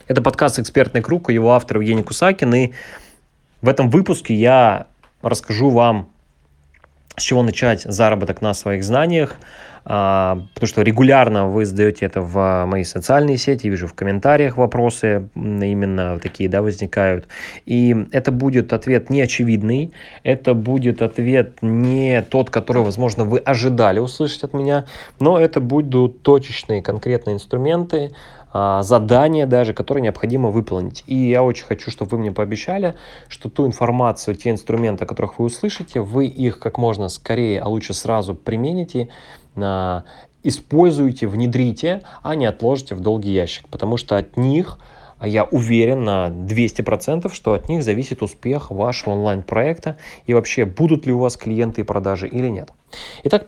Это подкаст «Экспертный круг», его автор Евгений Кусакин. И в этом выпуске я расскажу вам, с чего начать заработок на своих знаниях, потому что регулярно вы задаете это в мои социальные сети, вижу в комментариях вопросы именно такие, да, возникают. И это будет ответ не очевидный, это будет ответ не тот, который, возможно, вы ожидали услышать от меня, но это будут точечные, конкретные инструменты, задания даже, которые необходимо выполнить. И я очень хочу, чтобы вы мне пообещали, что ту информацию, те инструменты, о которых вы услышите, вы их как можно скорее, а лучше сразу примените, используйте, внедрите, а не отложите в долгий ящик. Потому что от них, я уверен на 200%, что от них зависит успех вашего онлайн-проекта и вообще, будут ли у вас клиенты и продажи или нет. Итак,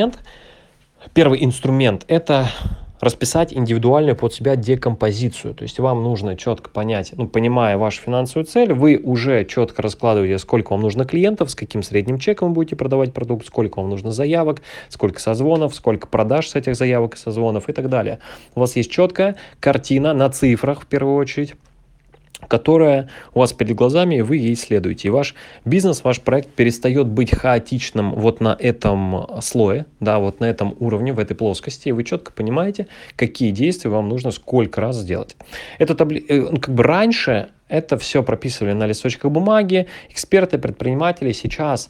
первый инструмент – это расписать индивидуальную под себя декомпозицию. То есть вам нужно четко понять, понимая вашу финансовую цель, вы уже четко раскладываете, сколько вам нужно клиентов, с каким средним чеком вы будете продавать продукт, сколько вам нужно заявок, сколько созвонов, сколько продаж с этих заявок и созвонов и так далее. У вас есть четкая картина на цифрах в первую очередь, которая у вас перед глазами, и вы ей следуете. И ваш бизнес, ваш проект перестает быть хаотичным вот на этом слое, да, вот на этом уровне, в этой плоскости, и вы четко понимаете, какие действия вам нужно сколько раз сделать. Это раньше это все прописывали на листочках бумаги, эксперты, предприниматели. Сейчас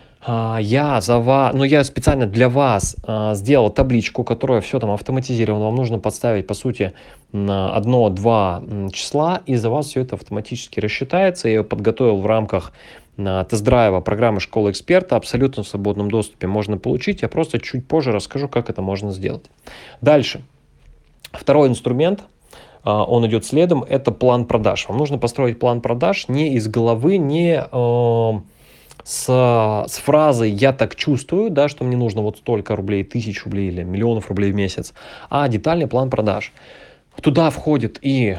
я специально для вас сделал табличку, которая все там автоматизирована. Вам нужно подставить, по сути, на 1-2 числа, и за вас все это автоматически рассчитается. Я ее подготовил в рамках тест-драйва программы «Школа эксперта». Абсолютно в свободном доступе можно получить. Я просто чуть позже расскажу, как это можно сделать. Дальше. Второй инструмент. Он идет следом. Это план продаж. Вам нужно построить план продаж не из головы, не с фразой «я так чувствую», да, что мне нужно вот столько рублей, 1000 рублей или миллионов рублей в месяц, а детальный план продаж. Туда входит и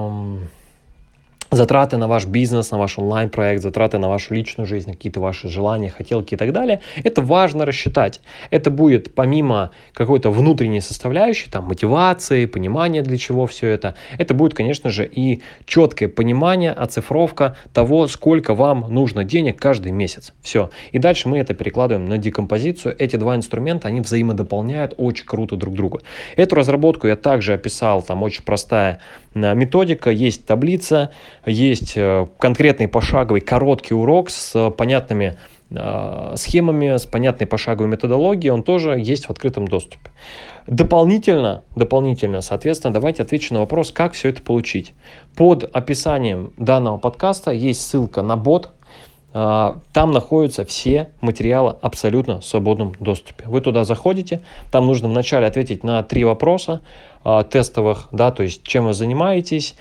затраты на ваш бизнес, на ваш онлайн-проект, затраты на вашу личную жизнь, какие-то ваши желания, хотелки и так далее. Это важно рассчитать. Это будет помимо какой-то внутренней составляющей, там, мотивации, понимания, для чего все это. Это будет, конечно же, и четкое понимание, оцифровка того, сколько вам нужно денег каждый месяц. Все. И дальше мы это перекладываем на декомпозицию. Эти два инструмента, они взаимодополняют очень круто друг друга. Эту разработку я также описал, там очень простая методика, есть таблица, есть конкретный пошаговый короткий урок с понятными схемами, с понятной пошаговой методологией, он тоже есть в открытом доступе. Дополнительно, соответственно, давайте отвечу на вопрос, как все это получить. Под описанием данного подкаста есть ссылка на бот. Там находятся все материалы абсолютно в свободном доступе. Вы туда заходите, там нужно вначале ответить на 3 вопроса тестовых, да, то есть чем вы занимаетесь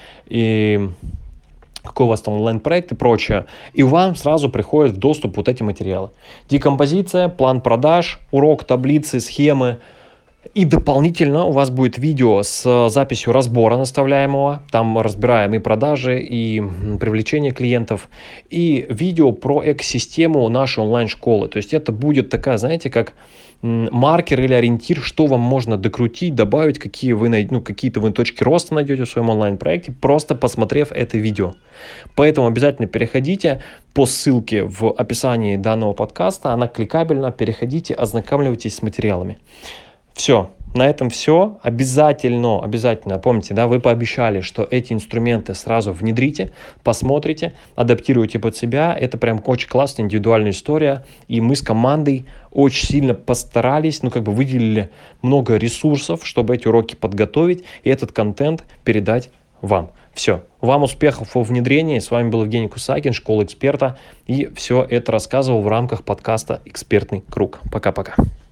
и какой у вас там онлайн-проект и прочее. И вам сразу приходит в доступ вот эти материалы. Декомпозиция, план продаж, урок, таблицы, схемы. И дополнительно у вас будет видео с записью разбора наставляемого. Там разбираем и продажи, и привлечение клиентов. И видео про экосистему нашей онлайн-школы. То есть это будет такая, знаете, как маркер или ориентир, что вам можно докрутить, добавить, какие-то вы точки роста найдете в своем онлайн-проекте, просто посмотрев это видео. Поэтому обязательно переходите по ссылке в описании данного подкаста. Она кликабельна. Переходите, ознакомьтесь с материалами. Все, на этом все. Обязательно, помните, да, вы пообещали, что эти инструменты сразу внедрите, посмотрите, адаптируйте под себя. Это прям очень классная индивидуальная история. И мы с командой очень сильно постарались, выделили много ресурсов, чтобы эти уроки подготовить и этот контент передать вам. Все. Вам успехов во внедрении. С вами был Евгений Кусакин, Школа эксперта. И все это рассказывал в рамках подкаста «Экспертный круг». Пока-пока.